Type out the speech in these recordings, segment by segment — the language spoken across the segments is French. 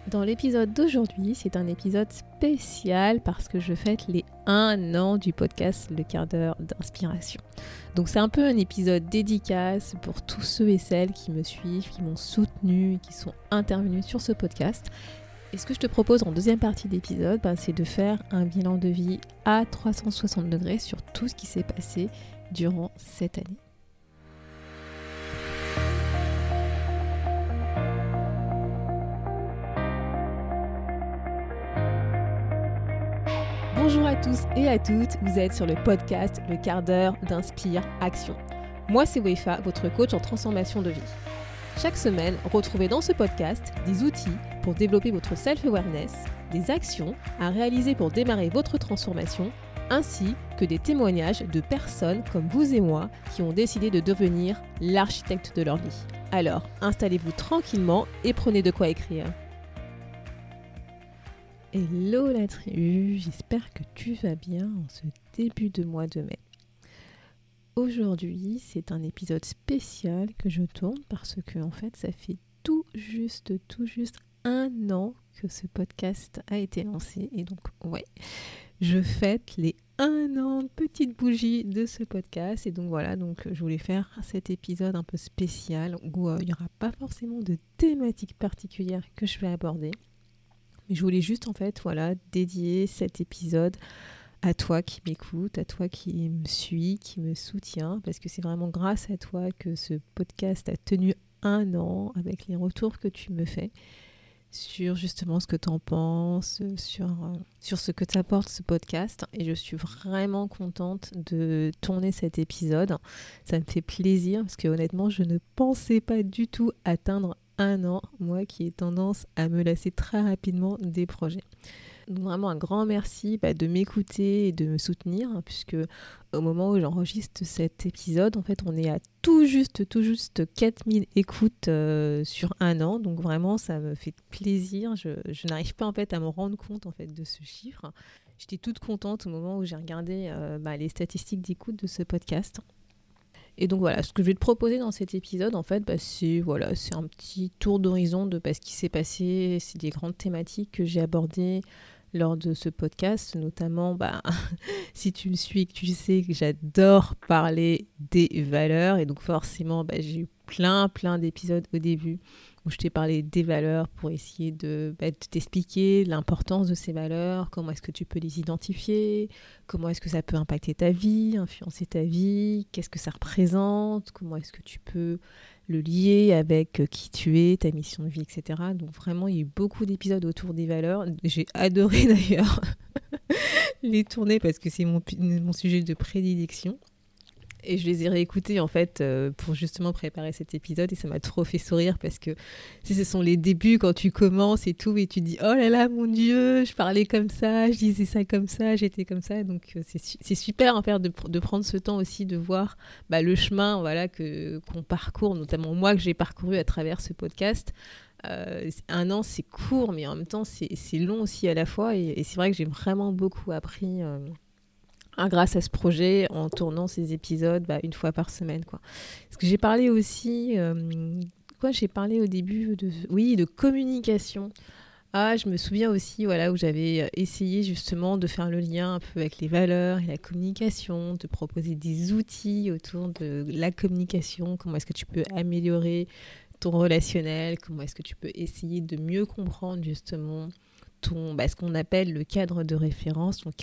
Dans l'épisode d'aujourd'hui, c'est un épisode spécial parce que je fête les 1 an du podcast Le quart d'heure d'inspiration. Donc c'est un peu un épisode dédicace pour tous ceux et celles qui me suivent, qui m'ont soutenu, qui sont intervenus sur ce podcast. Et ce que je te propose en deuxième partie d'épisode, c'est de faire un bilan de vie à 360 degrés sur tout ce qui s'est passé durant cette année. Bonjour à tous et à toutes, vous êtes sur le podcast Le quart d'heure d'Inspire Action. Moi c'est Wefa, votre coach en transformation de vie. Chaque semaine, retrouvez dans ce podcast des outils pour développer votre self-awareness, des actions à réaliser pour démarrer votre transformation, ainsi que des témoignages de personnes comme vous et moi qui ont décidé de devenir l'architecte de leur vie. Alors, installez-vous tranquillement et prenez de quoi écrire. Hello la tribu, j'espère que tu vas bien en ce début de mois de mai. Aujourd'hui, c'est un épisode spécial que je tourne parce que en fait, ça fait tout juste 1 an que ce podcast a été lancé. Et donc, je fête les 1 an de petite bougie de ce podcast. Et donc voilà, je voulais faire cet épisode un peu spécial où il n'y aura pas forcément de thématique particulière que je vais aborder. Mais je voulais juste dédier cet épisode à toi qui m'écoute, à toi qui me suit, qui me soutient, parce que c'est vraiment grâce à toi que ce podcast a tenu 1 an avec les retours que tu me fais sur justement ce que tu en penses, sur ce que t'apporte ce podcast. Et je suis vraiment contente de tourner cet épisode. Ça me fait plaisir parce que honnêtement, je ne pensais pas du tout atteindre 1 an, moi qui ai tendance à me lasser très rapidement des projets. Donc vraiment un grand merci de m'écouter et de me soutenir, puisque au moment où j'enregistre cet épisode, en fait on est à tout juste 4000 écoutes sur 1 an, donc vraiment ça me fait plaisir. Je n'arrive pas en fait à me rendre compte en fait de ce chiffre. J'étais toute contente au moment où j'ai regardé les statistiques d'écoute de ce podcast. Et donc voilà, ce que je vais te proposer dans cet épisode, en fait, c'est un petit tour d'horizon de ce qui s'est passé. C'est des grandes thématiques que j'ai abordées lors de ce podcast, notamment, si tu me suis et que tu sais que j'adore parler des valeurs. Et donc forcément, j'ai eu plein d'épisodes au début où je t'ai parlé des valeurs pour essayer de t'expliquer l'importance de ces valeurs, comment est-ce que tu peux les identifier, comment est-ce que ça peut impacter ta vie, influencer ta vie, qu'est-ce que ça représente, comment est-ce que tu peux le lier avec qui tu es, ta mission de vie, etc. Donc vraiment, il y a eu beaucoup d'épisodes autour des valeurs. J'ai adoré d'ailleurs les tourner parce que c'est mon sujet de prédilection. Et je les ai réécoutés en fait pour justement préparer cet épisode et ça m'a trop fait sourire parce que ce sont les débuts quand tu commences et tout et tu te dis oh là là mon Dieu, je parlais comme ça, je disais ça comme ça, j'étais comme ça. Donc c'est super en fait de prendre ce temps aussi de voir le chemin qu'on parcourt, notamment moi que j'ai parcouru à travers ce podcast. 1 an c'est court mais en même temps c'est long aussi à la fois et c'est vrai que j'ai vraiment beaucoup appris grâce à ce projet en tournant ces épisodes 1 fois par semaine Parce que j'ai parlé aussi j'ai parlé au début de communication. Je me souviens aussi où j'avais essayé justement de faire le lien un peu avec les valeurs et la communication, de proposer des outils autour de la communication, comment est-ce que tu peux améliorer ton relationnel, comment est-ce que tu peux essayer de mieux comprendre justement ce qu'on appelle le cadre de référence, ton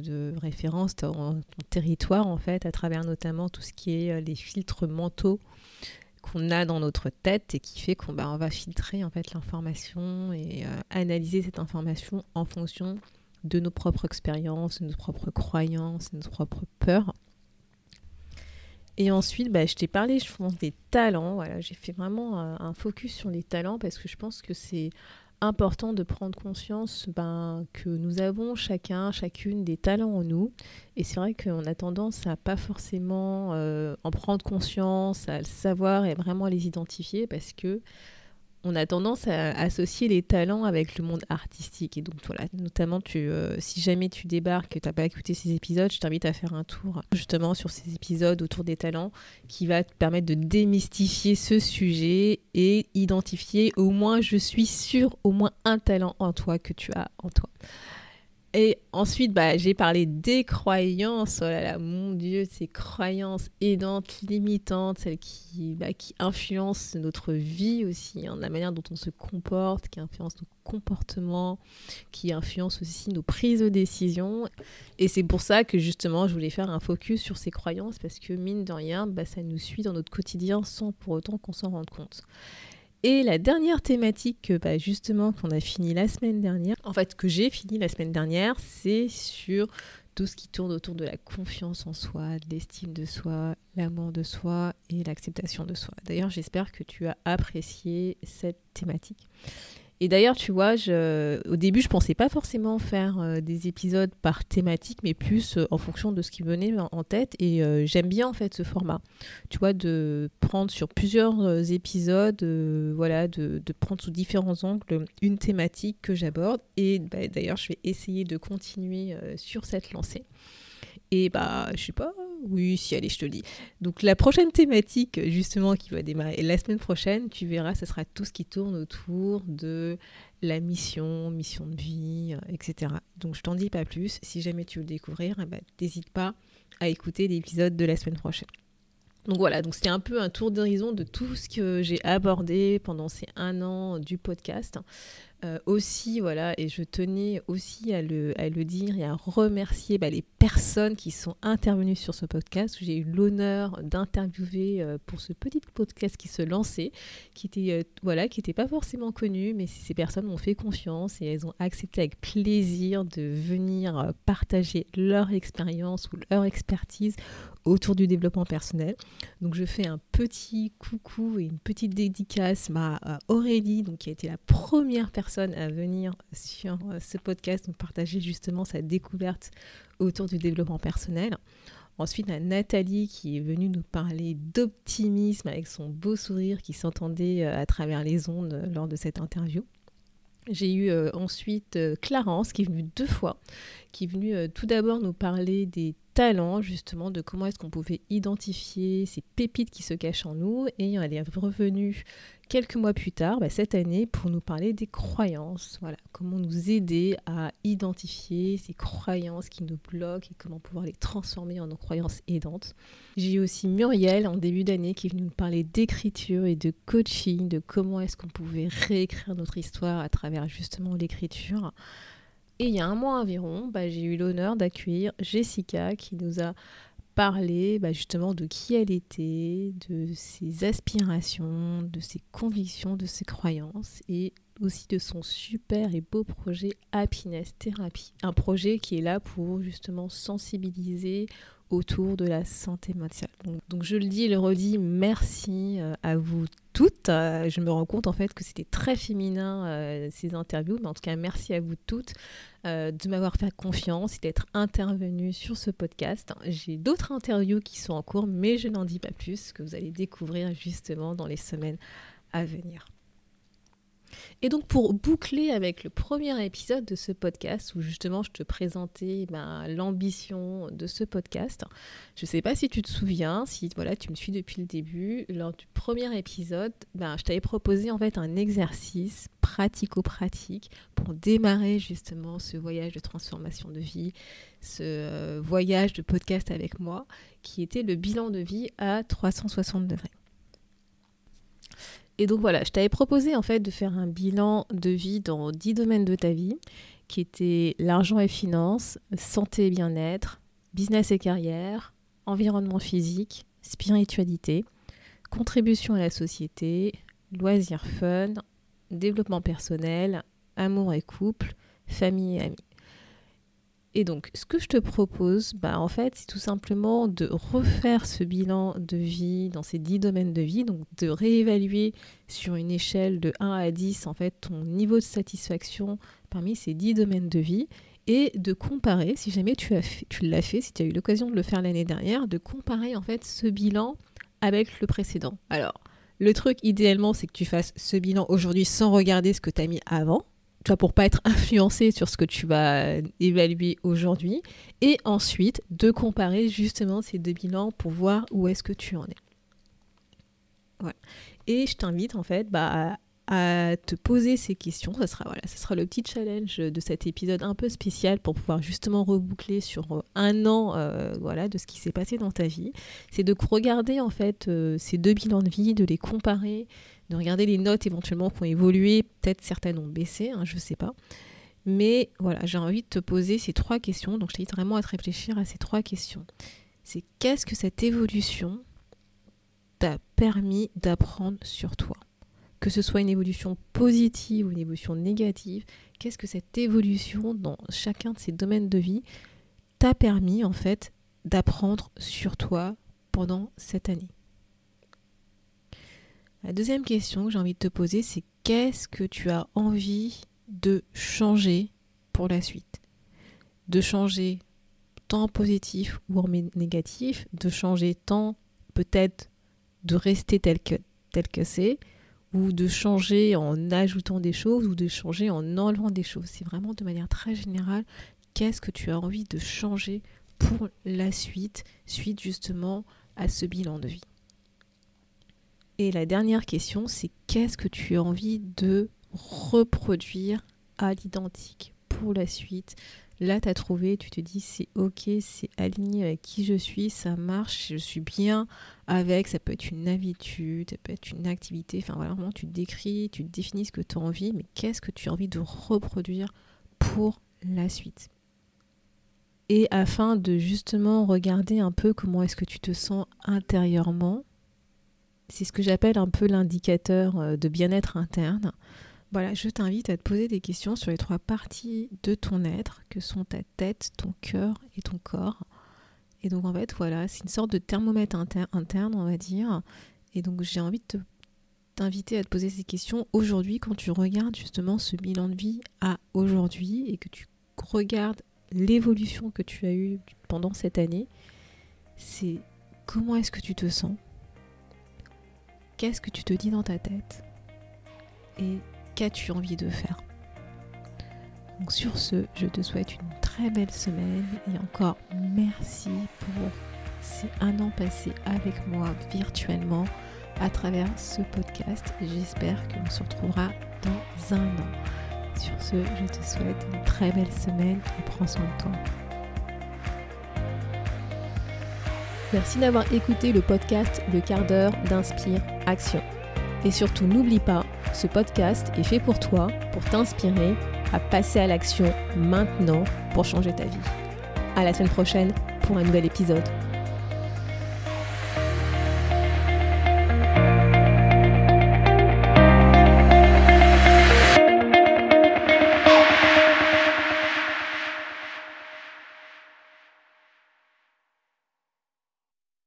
territoire en fait, à travers notamment tout ce qui est les filtres mentaux qu'on a dans notre tête et qui fait qu'on va filtrer en fait l'information et analyser cette information en fonction de nos propres expériences, de nos propres croyances, de nos propres peurs. Et ensuite, je t'ai parlé, je pense, des talents. J'ai fait vraiment un focus sur les talents parce que je pense que c'est important de prendre conscience que nous avons chacune des talents en nous. Et c'est vrai qu'on a tendance à pas forcément en prendre conscience, à le savoir et vraiment les identifier parce que on a tendance à associer les talents avec le monde artistique. Et donc voilà, notamment si jamais tu débarques et que tu n'as pas écouté ces épisodes, je t'invite à faire un tour justement sur ces épisodes autour des talents qui va te permettre de démystifier ce sujet et identifier au moins, je suis sûre, au moins un talent en toi que tu as en toi. Et ensuite, j'ai parlé des croyances. Oh là là, mon Dieu, ces croyances aidantes, limitantes, celles qui influencent notre vie aussi, la manière dont on se comporte, qui influencent nos comportements, qui influencent aussi nos prises de décision. Et c'est pour ça que justement, je voulais faire un focus sur ces croyances, parce que mine de rien, ça nous suit dans notre quotidien sans pour autant qu'on s'en rende compte. Et la dernière thématique justement qu'on a fini la semaine dernière, que j'ai fini la semaine dernière, c'est sur tout ce qui tourne autour de la confiance en soi, de l'estime de soi, l'amour de soi et l'acceptation de soi. D'ailleurs, j'espère que tu as apprécié cette thématique. Et d'ailleurs, tu vois, au début, je pensais pas forcément faire des épisodes par thématique, mais plus en fonction de ce qui venait en tête. Et j'aime bien en fait ce format, tu vois, de prendre sur plusieurs épisodes, de prendre sous différents angles une thématique que j'aborde. Et d'ailleurs, je vais essayer de continuer sur cette lancée. Et je sais pas, oui, si, allez, je te le dis. Donc la prochaine thématique, justement, qui va démarrer la semaine prochaine, tu verras, ça sera tout ce qui tourne autour de la mission de vie, etc. Donc je t'en dis pas plus. Si jamais tu veux le découvrir, n'hésite pas à écouter l'épisode de la semaine prochaine. Donc voilà, donc c'était un peu un tour d'horizon de tout ce que j'ai abordé pendant ces 1 an du podcast. Aussi, voilà, et je tenais aussi à le dire et à remercier les personnes qui sont intervenues sur ce podcast. J'ai eu l'honneur d'interviewer pour ce petit podcast qui se lançait, qui était pas forcément connu, mais ces personnes m'ont fait confiance et elles ont accepté avec plaisir de venir partager leur expérience ou leur expertise autour du développement personnel. Donc je fais un petit coucou et une petite dédicace à Aurélie, donc, qui a été la première personne à venir sur ce podcast, nous partager justement sa découverte autour du développement personnel. Ensuite, à Nathalie qui est venue nous parler d'optimisme avec son beau sourire qui s'entendait à travers les ondes lors de cette interview. J'ai eu ensuite Clarence qui est venue 2 fois, qui est venue tout d'abord nous parler des talents, justement, de comment est-ce qu'on pouvait identifier ces pépites qui se cachent en nous. Et elle est revenue quelques mois plus tard, cette année, pour nous parler des croyances. Voilà, comment nous aider à identifier ces croyances qui nous bloquent et comment pouvoir les transformer en nos croyances aidantes. J'ai eu aussi Muriel en début d'année qui est venue nous parler d'écriture et de coaching, de comment est-ce qu'on pouvait réécrire notre histoire à travers justement l'écriture. Et il y a 1 mois environ, j'ai eu l'honneur d'accueillir Jessica qui nous a parlé justement de qui elle était, de ses aspirations, de ses convictions, de ses croyances et aussi de son super et beau projet Happiness Therapy. Un projet qui est là pour justement sensibiliser autour de la santé mentale. Donc je le dis et le redis, merci à vous toutes. Je me rends compte en fait que c'était très féminin ces interviews, mais en tout cas merci à vous toutes de m'avoir fait confiance et d'être intervenue sur ce podcast. J'ai d'autres interviews qui sont en cours, mais je n'en dis pas plus, que vous allez découvrir justement dans les semaines à venir. Et donc pour boucler avec le premier épisode de ce podcast où justement je te présentais l'ambition de ce podcast, je ne sais pas si tu te souviens, si tu me suis depuis le début, lors du premier épisode, je t'avais proposé en fait un exercice pratico-pratique pour démarrer justement ce voyage de transformation de vie, ce voyage de podcast avec moi qui était le bilan de vie à 360 degrés. Et donc voilà, je t'avais proposé en fait de faire un bilan de vie dans 10 domaines de ta vie, qui étaient l'argent et finances, santé et bien-être, business et carrière, environnement physique, spiritualité, contribution à la société, loisirs fun, développement personnel, amour et couple, famille et amis. Et donc, ce que je te propose, en fait, c'est tout simplement de refaire ce bilan de vie dans ces 10 domaines de vie, donc de réévaluer sur une échelle de 1 à 10, en fait, ton niveau de satisfaction parmi ces 10 domaines de vie et de comparer, si jamais tu l'as fait, si tu as eu l'occasion de le faire l'année dernière, de comparer, en fait, ce bilan avec le précédent. Alors, Le truc, idéalement, c'est que tu fasses ce bilan aujourd'hui sans regarder ce que tu as mis avant. Tu vois, pour pas être influencé sur ce que tu vas évaluer aujourd'hui. Et ensuite, de comparer justement ces 2 bilans pour voir où est-ce que tu en es. Voilà. Et je t'invite en fait à te poser ces questions. Ça sera le petit challenge de cet épisode un peu spécial pour pouvoir justement reboucler sur 1 an de ce qui s'est passé dans ta vie. C'est de regarder en fait ces 2 bilans de vie, de les comparer, de regarder les notes éventuellement qui ont évolué, peut-être certaines ont baissé, je ne sais pas. Mais voilà, j'ai envie de te poser ces 3 questions, donc je t'invite vraiment à te réfléchir à ces 3 questions. C'est qu'est-ce que cette évolution t'a permis d'apprendre sur toi ? Que ce soit une évolution positive ou une évolution négative, qu'est-ce que cette évolution dans chacun de ces domaines de vie t'a permis en fait d'apprendre sur toi pendant cette année ? La deuxième question que j'ai envie de te poser, c'est qu'est-ce que tu as envie de changer pour la suite ? De changer tant en positif ou en négatif, de changer tant peut-être de rester tel que c'est, ou de changer en ajoutant des choses, ou de changer en enlevant des choses. C'est vraiment de manière très générale, qu'est-ce que tu as envie de changer pour la suite justement à ce bilan de vie. Et la dernière question, c'est qu'est-ce que tu as envie de reproduire à l'identique pour la suite ? Là, tu as trouvé, tu te dis c'est ok, c'est aligné avec qui je suis, ça marche, je suis bien avec, ça peut être une habitude, ça peut être une activité, enfin voilà, vraiment tu décris, tu définis ce que tu as envie, mais qu'est-ce que tu as envie de reproduire pour la suite ? Et afin de justement regarder un peu comment est-ce que tu te sens intérieurement, c'est ce que j'appelle un peu l'indicateur de bien-être interne. Voilà, je t'invite à te poser des questions sur les 3 parties de ton être, que sont ta tête, ton cœur et ton corps. Et donc en fait, voilà, c'est une sorte de thermomètre interne, on va dire. Et donc j'ai envie de t'inviter à te poser ces questions aujourd'hui quand tu regardes justement ce bilan de vie à aujourd'hui et que tu regardes l'évolution que tu as eue pendant cette année. C'est comment est-ce que tu te sens ? Qu'est-ce que tu te dis dans ta tête ? Et qu'as-tu envie de faire ? Donc sur ce, je te souhaite une très belle semaine et encore merci pour ces 1 an passé avec moi virtuellement à travers ce podcast. J'espère qu'on se retrouvera dans 1 an. Sur ce, je te souhaite une très belle semaine et prends soin de toi. Merci d'avoir écouté le podcast Le quart d'heure d'Inspire Action. Et surtout, n'oublie pas, ce podcast est fait pour toi, pour t'inspirer à passer à l'action maintenant pour changer ta vie. À la semaine prochaine pour un nouvel épisode.